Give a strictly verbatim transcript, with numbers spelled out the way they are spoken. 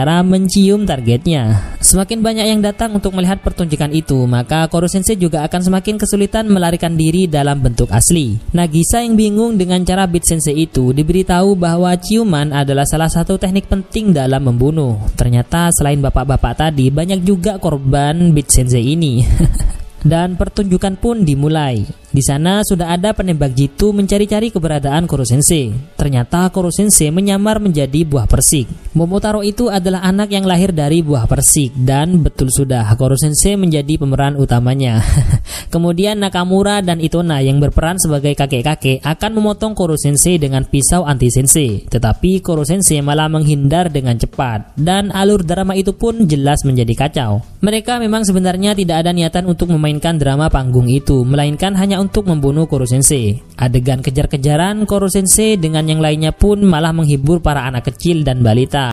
cara mencium targetnya. Semakin banyak yang datang untuk melihat pertunjukan itu, maka Koro Sensei juga akan semakin kesulitan melarikan diri dalam bentuk asli. Nagisa yang bingung dengan cara Beat Sensei itu diberitahu bahwa ciuman adalah salah satu teknik penting dalam membunuh. Ternyata selain bapak-bapak tadi, banyak juga korban Beat Sensei ini. Dan pertunjukan pun dimulai. Di sana sudah ada penembak jitu mencari-cari keberadaan Koro Sensei. Ternyata Koro Sensei menyamar menjadi buah persik. Momotaro itu adalah anak yang lahir dari buah persik, dan betul sudah Koro Sensei menjadi pemeran utamanya. Kemudian Nakamura dan Itona yang berperan sebagai kakek-kakek akan memotong Koro Sensei dengan pisau anti sensei. Tetapi Koro Sensei malah menghindar dengan cepat, dan alur drama itu pun jelas menjadi kacau. Mereka memang sebenarnya tidak ada niatan untuk memainkan drama panggung itu, melainkan hanya untuk membunuh Koro Sensei. Adegan kejar-kejaran Koro Sensei dengan yang lainnya pun malah menghibur para anak kecil dan balita.